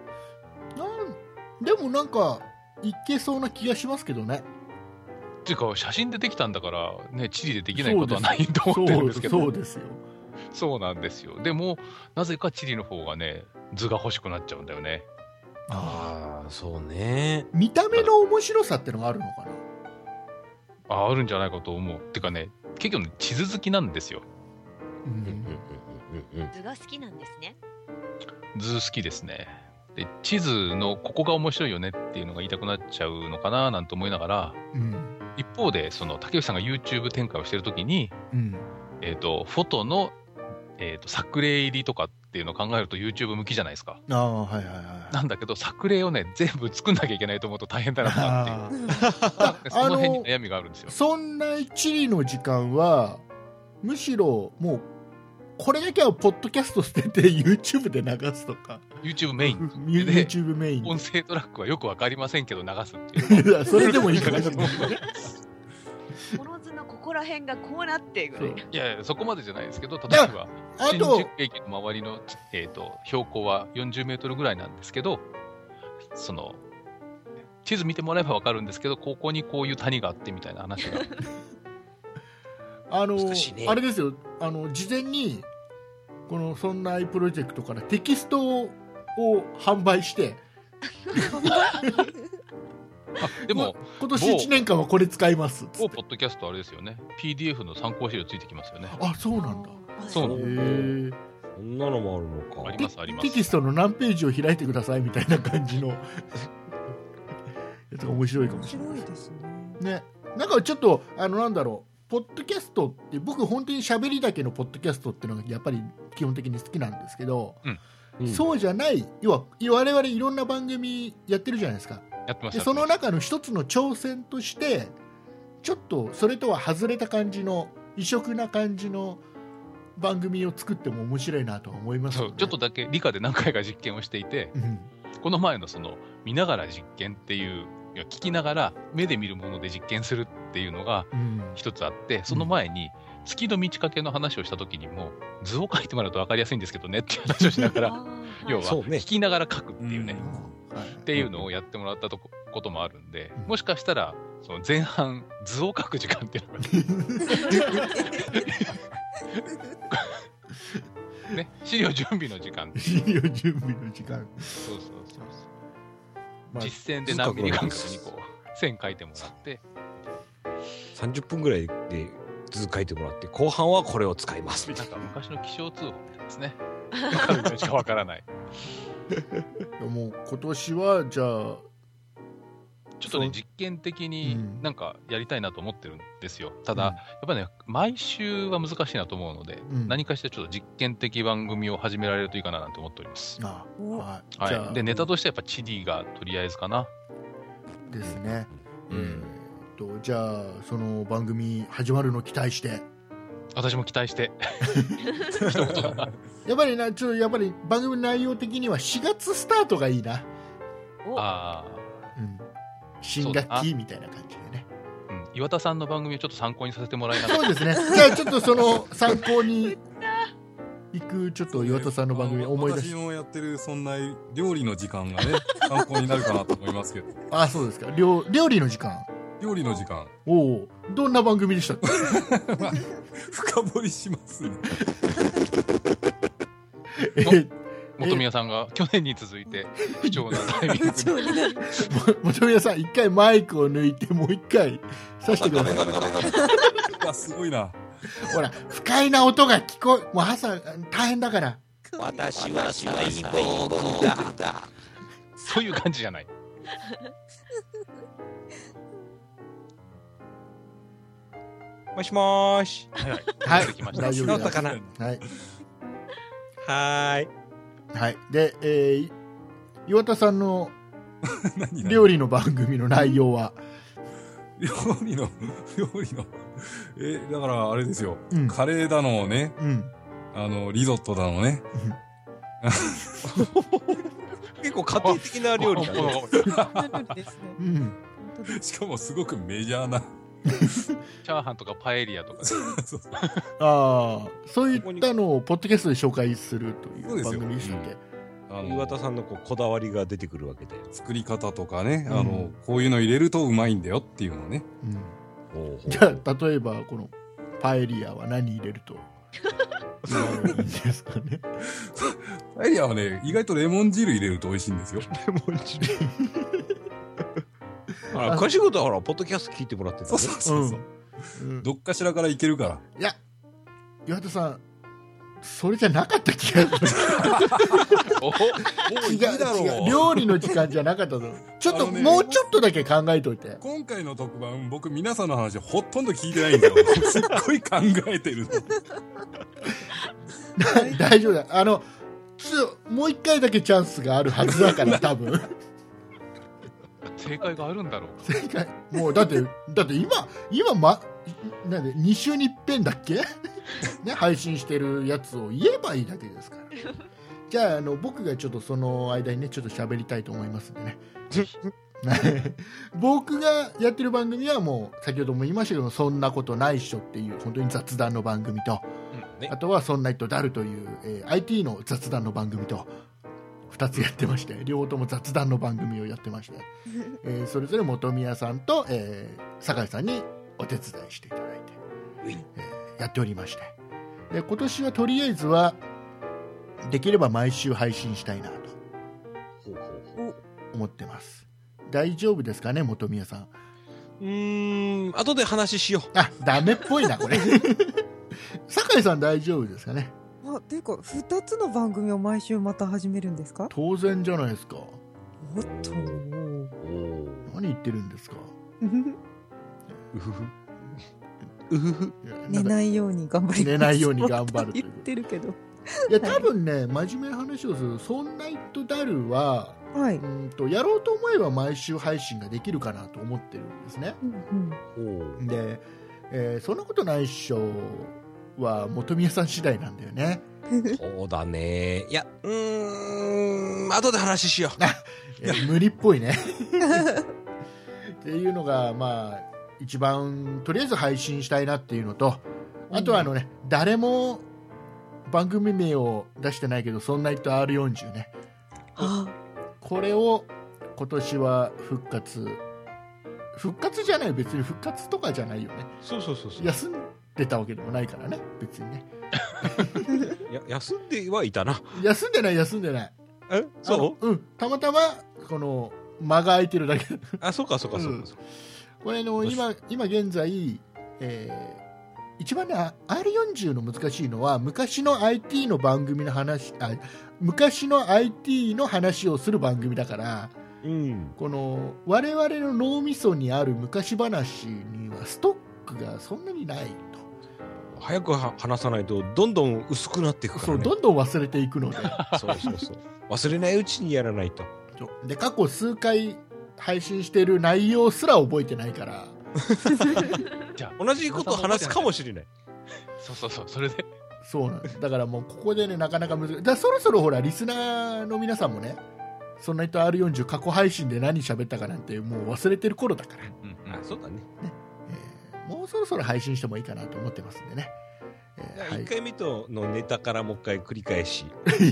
Speaker 1: なんでもなんかいけそうな気がしますけどね。
Speaker 3: っていうか写真でできたんだからね、地理でできないことはないと思ってるんですけど。
Speaker 1: そうですよ。
Speaker 3: そうなんですよ。でもなぜか地理の方がね図が欲しくなっちゃうんだよね。
Speaker 5: ああ、そうね。
Speaker 1: 見た目の面白さってのがあるのかな。
Speaker 3: あ、あるんじゃないかと思う。てかね、結局、ね、地図好きなんですよ。
Speaker 2: 図が好きなんですね。
Speaker 3: 図好きですね。で地図のここが面白いよねっていうのが言いたくなっちゃうのかななんて思いながら、うん、一方でその竹内さんが YouTube 展開をしてるときに、うん、えーとフォトのえーと作例入りとかっていうのを考えると YouTube 向きじゃないですか。
Speaker 1: あ、はいはいはい、
Speaker 3: なんだけど作例をね全部作んなきゃいけないと思うと大変だなっていうその辺に悩みがあるんですよ。
Speaker 1: そんな地理の時間はむしろもうこれだけはポッドキャスト捨てて YouTube で流すとか
Speaker 3: YouTube メイン
Speaker 1: YouTube メイン
Speaker 3: 音声トラックはよくわかりませんけど流すっていう
Speaker 1: いやそれでもいいかなと思う
Speaker 2: この図のここら辺がこうなってぐらい。
Speaker 3: いやいやそこまでじゃないですけど、例えば新宿駅の周りの、えーと、標高はよんじゅうメートルぐらいなんですけど、その地図見てもらえばわかるんですけど、ここにこういう谷があってみたいな話が
Speaker 1: あの、ね、あれですよ、あの事前にこのそんないプロジェクトからテキストを販売して
Speaker 3: あでも
Speaker 1: 今年いちねんかんはこれ使いますっつって。
Speaker 3: 某ポッドキャストあれですよね、 ピーディーエフ の参考資料ついてきますよね。
Speaker 1: あ、そうなんだ。
Speaker 3: そうなんだ。へ
Speaker 5: ー、そんなのもあるのか。
Speaker 3: ありますあります。
Speaker 1: テキストの何ページを開いてくださいみたいな感じのやつが面白いかもしれない。面白いですね。ね、なんかちょっとあのなんだろう、ポッドキャストって僕本当に喋りだけのポッドキャストっていうのがやっぱり基本的に好きなんですけど、うんうん、そうじゃない要は我々いろんな番組やってるじゃないですか。
Speaker 3: やってます。
Speaker 1: でその中の一つの挑戦としてちょっとそれとは外れた感じの異色な感じの番組を作っても面白いなとは思いますよね。
Speaker 3: そうちょっとだけ理科で何回か実験をしていて、うん、この前のその見ながら実験っていう聞きながら目で見るもので実験するっていうのが一つあって、うん、その前に月の満ち欠けの話をした時にも図を書いてもらうと分かりやすいんですけどねっていう話をしながら要は聞きながら書くっていうね、うんはい、っていうのをやってもらったとここともあるんで、もしかしたらその前半図を書く時間っていうのがね、資料準備の時間
Speaker 1: 資料準備の時間
Speaker 3: そうそうそうそう、まあ、実践で何ミリ間隔にこう線書いてもらって。
Speaker 5: さんじゅっぷんぐらいで図書いてもらって、後半はこれを使いますみたいな。
Speaker 3: なんか昔の気象通報みたいですね。わかる人しかわからない。
Speaker 1: もう今年はじゃあ
Speaker 3: ちょっとね実験的になんかやりたいなと思ってるんですよ。ただ、うん、やっぱね毎週は難しいなと思うので、うん、何かしらちょっと実験的番組を始められるといいかななんて思っております。
Speaker 1: ああ、
Speaker 3: はいはい、でネタとしてはやっぱチリがとりあえずかな。
Speaker 1: ですね。うん。えー、とじゃあその番組始まるの期待して。
Speaker 3: 私も期待して。
Speaker 1: やっぱりなちょっとやっぱり番組内容的にはしがつスタートがいいな。
Speaker 3: ああ。
Speaker 1: うん。新学期みたいな感じでね。
Speaker 3: うん、岩田さんの番組をちょっと参考にさせてもらいながら。
Speaker 1: そうですね。じゃあちょっとその参考に行くちょっと岩田さんの番組思い出し。
Speaker 6: 私のやってるそんな料理の時間がね参考になるかなと思いますけど。
Speaker 1: あ、そうですか。料料理の時間。
Speaker 6: 料理の時間。
Speaker 1: おお、どんな番組でしたっけ？
Speaker 6: まあ、深掘りしますね。
Speaker 3: え。本宮さんが去年に続いて不調なタイミングに
Speaker 1: 本宮さん一回マイクを抜いてもう一回さしてください。
Speaker 6: あ、すごいな。
Speaker 1: ほら不快な音が聞こえ、もう朝大変だから。
Speaker 5: 私はスワインボードだ。
Speaker 3: そういう感じじゃない。
Speaker 5: もしもーし。
Speaker 3: はい、
Speaker 1: はい、
Speaker 3: 大
Speaker 1: 丈夫
Speaker 5: だったかな。はい。はーい。
Speaker 1: はい。で、えー、岩田さんの料理の番組の内容は
Speaker 6: 料理の、料理の、え、だからあれですよ。
Speaker 1: うん、
Speaker 6: カレーだのね、
Speaker 1: うん、
Speaker 6: あの、リゾットだのね。
Speaker 5: 結構家庭的な料理だね。
Speaker 1: うん、
Speaker 6: しかもすごくメジャーな。
Speaker 3: チャーハンとかパエリアとか、ね、
Speaker 1: ああ、そういったのをポッドキャストで紹介するという番組でしたっけ？
Speaker 5: あの岩田さんのこうこだわりが出てくるわけで、
Speaker 6: 作り方とかね、うん、あのこういうの入れるとうまいんだよっていうのね。
Speaker 1: うん、じゃあ例えばこのパエリアは何入れるといいんですかね？
Speaker 6: パエリアはね、意外とレモン汁入れると美味しいんですよ。
Speaker 5: レモン汁。あ、詳しいことはほらポッドキャスト聞いてもらってた、ね、
Speaker 6: そうそうそうそう、うん、どっかしらからいけるから。
Speaker 1: いや岩田さんそれじゃなかった気がする。
Speaker 6: おお、いいだろう。
Speaker 1: 違う、料理の時間じゃなかったぞ。ちょっと、ね、もうちょっとだけ考えといて。
Speaker 6: 今回の特番僕皆さんの話ほとんど聞いてないんだよ。すっごい考えてる。
Speaker 1: 大丈夫だ。あのもう一回だけチャンスがあるはずだから多分。
Speaker 3: 正解があるんだろう。
Speaker 1: 正解、もうだってだって今今まなんでに週に一遍だっけね、配信してるやつを言えばいいだけですから。じゃあ、あの僕がちょっとその間にねちょっと喋りたいと思いますんでね。僕がやってる番組はもう先ほども言いましたけど、そんなことないっしょっていう本当に雑談の番組と、うんね、あとはそんな人だるという、えー、アイティー の雑談の番組とふたつやってまして、両方とも雑談の番組をやってまして、えー、それぞれ本宮さんと、えー、酒井さんにお手伝いしていただいて、えー、やっておりまして、で今年はとりあえずはできれば毎週配信したいなと思ってます。大丈夫ですかね、本宮さん。
Speaker 5: うーん、後で話しよう。
Speaker 1: あ、ダメっぽいなこれ。酒井さん大丈夫ですかね。
Speaker 4: あ、ていうかふたつの番組を毎週また始めるんですか？
Speaker 1: 当然じゃないですか。
Speaker 4: おっと、
Speaker 1: 何言ってるんですか。
Speaker 5: うふふうふふ。
Speaker 4: 寝ないように頑張ります。
Speaker 1: 寝ないように頑張る
Speaker 4: 言ってるけど、
Speaker 1: いや多分ね、真面目な話をする、そんなイットダルは、
Speaker 4: はい、
Speaker 1: うんとやろうと思えば毎週配信ができるかなと思ってるんですね。
Speaker 4: うんうん、
Speaker 1: で、えー、そんなことないっしょは本宮さん次第なんだよね。
Speaker 5: そうだね。いや、うーん、後で話しよ
Speaker 1: う。いや無理っぽいね。っていうのがまあ一番とりあえず配信したいなっていうのと、あとはあのね、うん、誰も番組名を出してないけど、そんな人 アールよんじゅう ね。
Speaker 4: はあ、
Speaker 1: これを今年は復活復活じゃない、別に復活とかじゃないよね。
Speaker 5: そうそうそうそう、
Speaker 1: 休んでたわけでもないからね、別にね。
Speaker 5: や休んではいたな。
Speaker 1: 休んでない休んでない。
Speaker 5: え、そう？
Speaker 1: うん、たまたまこの間が空いてるだけ。
Speaker 5: あ、そうかそうかそうか、うん、
Speaker 1: これの今今現在、えー、一番ね アールよんじゅう の難しいのは昔の アイティー の番組の話、あ昔の アイティー の話をする番組だから、うん、この我々の脳みそにある昔話にはストックがそんなにないと。
Speaker 5: 早く話さないとどんどん薄くなっていくから、ね、
Speaker 1: そうどんどん忘れていくので
Speaker 5: そうそうそう忘れないうちにやらないと。
Speaker 1: で過去数回配信している内容すら覚えてないから
Speaker 5: じゃあ同じことを話すかもしれない。
Speaker 3: そうそうそう、それで
Speaker 1: そうなんです。だからもうここでねなかなか難しい。だからそろそろほらリスナーの皆さんもね、そんな人 アールよんじゅう 過去配信で何喋ったかなんてもう忘れてる頃だから、
Speaker 5: うんうん、あそうだねね、
Speaker 1: えー、もうそろそろ配信してもいいかなと思ってますんでね、
Speaker 5: えー、いっかいめとのネタからもう一回繰り返し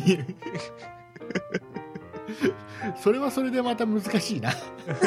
Speaker 1: それはそれでまた難しいな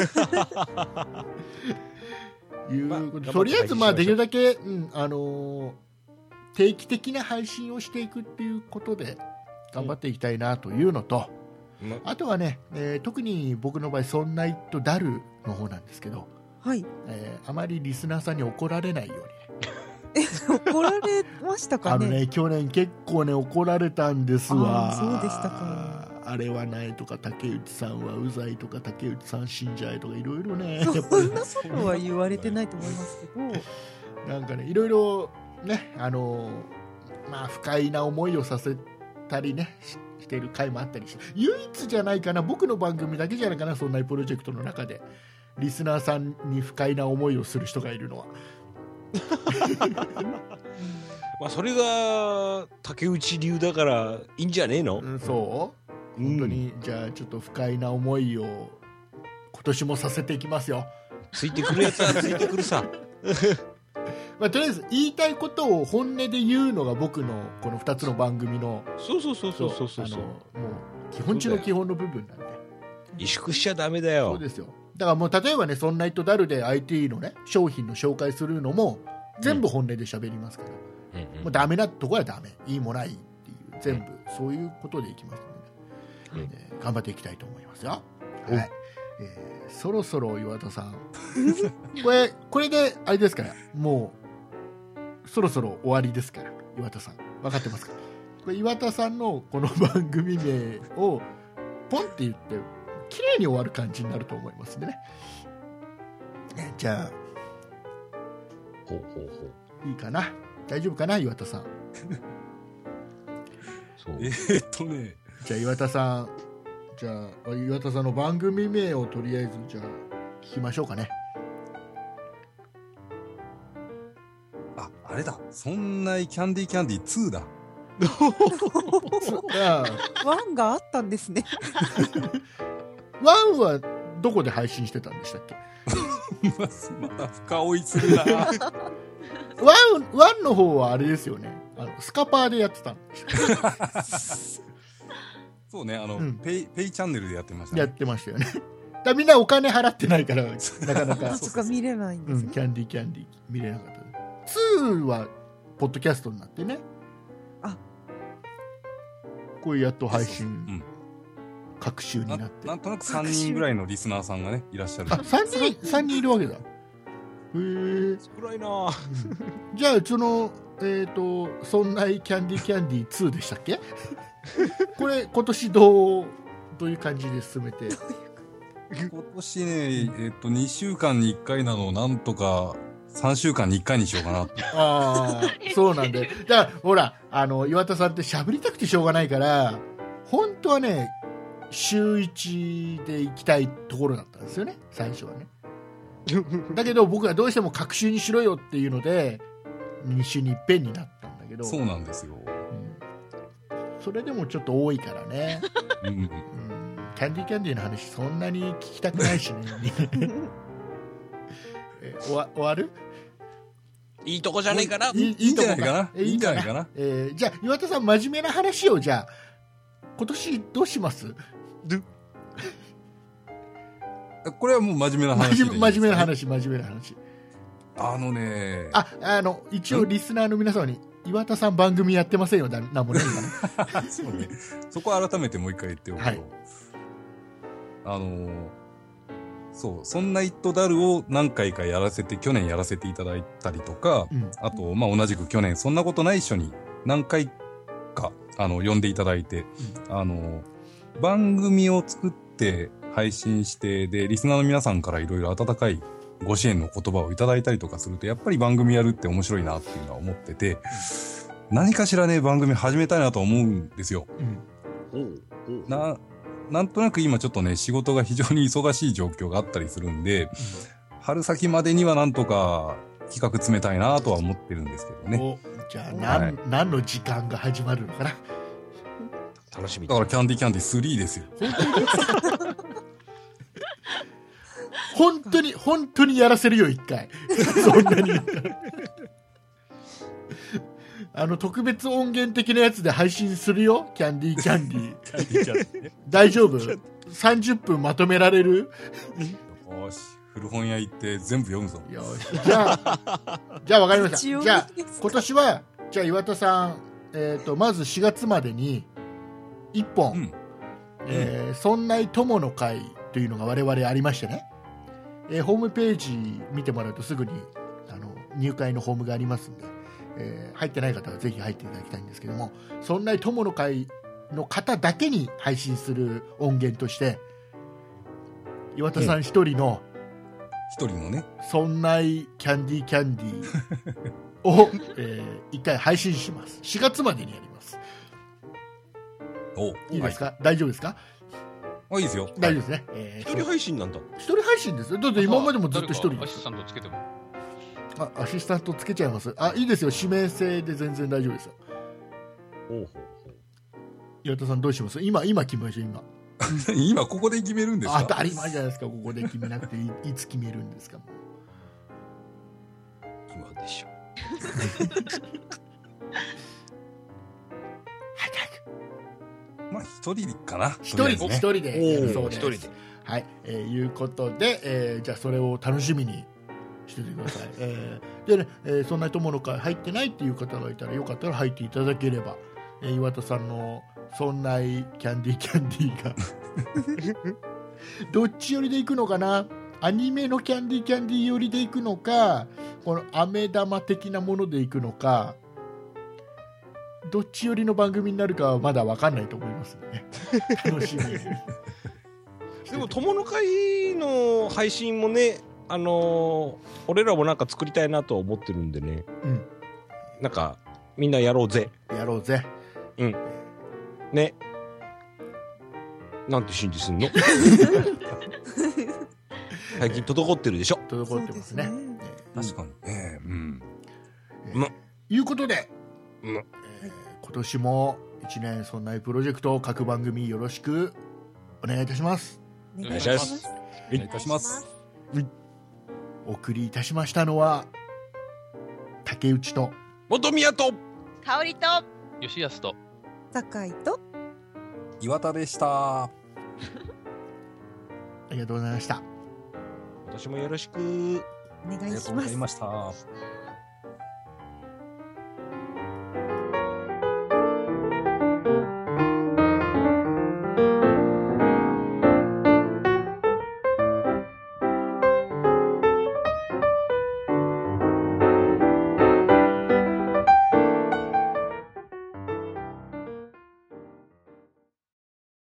Speaker 1: いうことで、まあ、とりあえずまあできるだけ、うんあのー、定期的な配信をしていくっていうことで頑張っていきたいなというのと、うん、あとはね、えー、特に僕の場合そんなイットダルの方なんですけど、
Speaker 4: はい
Speaker 1: えー、あまりリスナーさんに怒られないように
Speaker 4: 怒られましたかね。
Speaker 1: あのね去年結構ね怒られたんですわ。
Speaker 4: あそうでしたか。
Speaker 1: あれはないとか竹内さんはうざいとか竹内さん死んじゃえとかいろいろね
Speaker 4: そんなことは言われてないと思いますけど
Speaker 1: なんかねいろいろねあのまあ不快な思いをさせたりね し, している回もあったりして、唯一じゃないかな、僕の番組だけじゃないかな、そんなプロジェクトの中でリスナーさんに不快な思いをする人がいるのは
Speaker 5: まあそれが竹内流だからいいんじゃねえの、
Speaker 1: うん、そう、うん、本当にじゃあちょっと不快な思いを今年もさせていきますよ。
Speaker 5: ついてくるやつはついてくるさ
Speaker 1: まあ、とりあえず言いたいことを本音で言うのが僕のこのふたつの番組の
Speaker 5: そうそうそうそうそうそう
Speaker 1: そう、あのもう基本中の基本の部分なんで
Speaker 5: 萎縮しちゃダメだよ。
Speaker 1: そうですよ。だからもう例えばねそんな人だるで アイティー のね商品の紹介するのも全部本音で喋りますから、うん、もうダメなところはダメ、いいものはいいっていう全部そういうことでいきますので、ね、うんえー、頑張っていきたいと思いますよ。はい、えー、そろそろ岩田さんこれこれであれですからもうそろそろ終わりですから岩田さん分かってますか。これ岩田さんのこの番組名をポンって言って綺麗に終わる感じになると思いますんでね。じゃあ
Speaker 5: ほうほうほ
Speaker 1: ういいかな、大丈夫かな岩田さん
Speaker 6: そうえー、っとね
Speaker 1: じゃあ岩田さんじゃあ岩田さんの番組名をとりあえずじゃあ聞きましょうかね。
Speaker 6: あ、あれだ、そんなキャンディーキャンディーツーだ
Speaker 4: ワンがあったんですね
Speaker 1: ワンはどこで配信してたんでしたっけ
Speaker 6: また深追いするなワン、
Speaker 1: ワンの方はあれですよね、あのスカパーでやってたんでし
Speaker 6: そうね、あの、うん、ペイ、ペイチャンネルでやってましたね。
Speaker 1: やってましたよねだみんなお金払ってないからなかなか
Speaker 4: そっか見れないんですね、
Speaker 1: うん、キャンディーキャンディー見れなかったツーはポッドキャストになってね、あこれやっと配信、うん、各週になって
Speaker 6: な, なんとなくさんにんぐらいのリスナーさんがねいらっしゃる。
Speaker 1: あさんにんさんにんいるわけだ。へえ
Speaker 5: 少ないな、うん、
Speaker 1: じゃあそのえっ、ー、とそんなキャンディーキャンディーツーでしたっけこれ今年どうどういう感じで進めて
Speaker 6: 今年ねえっ、ー、とにしゅうかんにいっかいなのをなんとかさんしゅうかんにいっかいにしようかなって
Speaker 1: ああそうなんで、だからほらあの岩田さんって喋りたくてしょうがないから本当はね週いちで行きたいところだったんですよね最初はねだけど僕はどうしても隔週にしろよっていうのでに週にいっぺんになったんだけど、
Speaker 6: そうなんですよ、うん、
Speaker 1: それでもちょっと多いからね、うんうん、キャンディーキャンディーの話そんなに聞きたくないしねえ終わ、終わる
Speaker 5: いいとこじゃねえかな。
Speaker 6: いい、いいんじゃないかな。いいんじゃないかな。
Speaker 1: えー、じゃあ岩田さん真面目な話をじゃあ今年どうします？
Speaker 6: これはもう真面目な話でいいですかね。
Speaker 1: 真面目な話、真面目な話。
Speaker 6: あのね
Speaker 1: あ、あの一応リスナーの皆様に岩田さん番組やってませんよ、ななんもね
Speaker 6: 今ね。そうね。そこは改めてもう一回言っておくと、はい、あのそう、そんなイットダルを何回かやらせて、去年やらせていただいたりとか、うん、あと、まあ、同じく去年、そんなことない一緒に何回か、あの、呼んでいただいて、うん、あの、番組を作って配信して、で、リスナーの皆さんからいろいろ温かいご支援の言葉をいただいたりとかすると、やっぱり番組やるって面白いなっていうのは思ってて、うん、何かしらね、番組始めたいなと思うんですよ。うん、な、なんとなく今ちょっとね、仕事が非常に忙しい状況があったりするんで、うん、春先までにはなんとか企画詰めたいなとは思ってるんですけどね。
Speaker 1: じゃあ何、はい、何の時間が始まるのかな。
Speaker 5: 楽しみ。
Speaker 6: だからキャンディーキャンディースリーですよ。
Speaker 1: 本当に、本当にやらせるよ、一回。そんなに。あの、特別音源的なやつで配信するよ、キャンディーキャンディー。大丈夫 ?さんじゅっ 分まとめられる？
Speaker 6: よし、古本屋行って全部読むぞ。
Speaker 1: よし。じゃあ、じゃあわかりました。じゃあ、今年は、じゃあ岩田さん、えっと、まずしがつまでに、いっぽん、うん、えー、そんない友の会というのが我々ありましてね、えー、ホームページ見てもらうとすぐにあの入会のホームがありますんで、えー、入ってない方はぜひ入っていただきたいんですけども、そんない友の会の方だけに配信する音源として岩田さん一人の
Speaker 6: 一人のね
Speaker 1: そんないキャンディーキャンディーを、えー、いっかい配信します。しがつまでにやります。
Speaker 6: お
Speaker 1: いいですか、はい、大丈夫ですか。
Speaker 6: あ、いいですよ。
Speaker 1: 大丈夫ですね。
Speaker 5: えー、一人配信なんだ。
Speaker 1: 一人配信ですよ。だって今までもずっと一人です。
Speaker 3: アシスタントつけても。
Speaker 1: あ、アシスタントつけちゃいます。あ、いいですよ。指名制で全然大丈夫ですよ。
Speaker 5: ほうほうほう。
Speaker 1: 岩田さんどうします？今、今決めましょう、今。
Speaker 6: 今ここで決めるんですか？
Speaker 1: 当たり前じゃないですか。ここで決めなくていい、いつ決めるんですか。も
Speaker 5: う今でしょ。
Speaker 6: まあ一人かな。
Speaker 1: 一人、一人でやるそうです。
Speaker 5: 一人で。
Speaker 1: はい、えー、いうことで、えー、じゃあそれを楽しみにしててください。えー、でね、えー、そんな友の会入ってないっていう方がいたらよかったら入っていただければ、えー、岩田さんのそんないキャンディーキャンディーがどっち寄りで行くのかな。アニメのキャンディーキャンディー寄りで行くのか、この飴玉的なもので行くのか、どっち寄りの番組になるかはまだ分かんないと思いますね。楽しみ。
Speaker 5: でも友の会の配信もね、あのー、俺らもなんか作りたいなと思ってるんでね、うん、なんかみんなやろうぜ
Speaker 1: やろうぜ。
Speaker 5: うんね、なんて信じすんの。最近滞ってるでしょ。
Speaker 1: 滞ってますね。
Speaker 6: 確かにね。うん。
Speaker 1: えー、ま、いうことで、うん、えー、今年も一年そんないプロジェクト各番組よろしくお願いいたします。
Speaker 5: お願いします。
Speaker 6: お願いいたします。
Speaker 1: お送りいたしましたのは竹内と
Speaker 5: 本宮と
Speaker 2: 香りと
Speaker 3: 吉安と
Speaker 4: 酒井と
Speaker 6: 岩田でした。
Speaker 1: ありがとうございました。
Speaker 5: 今年もよろしく
Speaker 4: お願いします。
Speaker 6: ありがとうございました。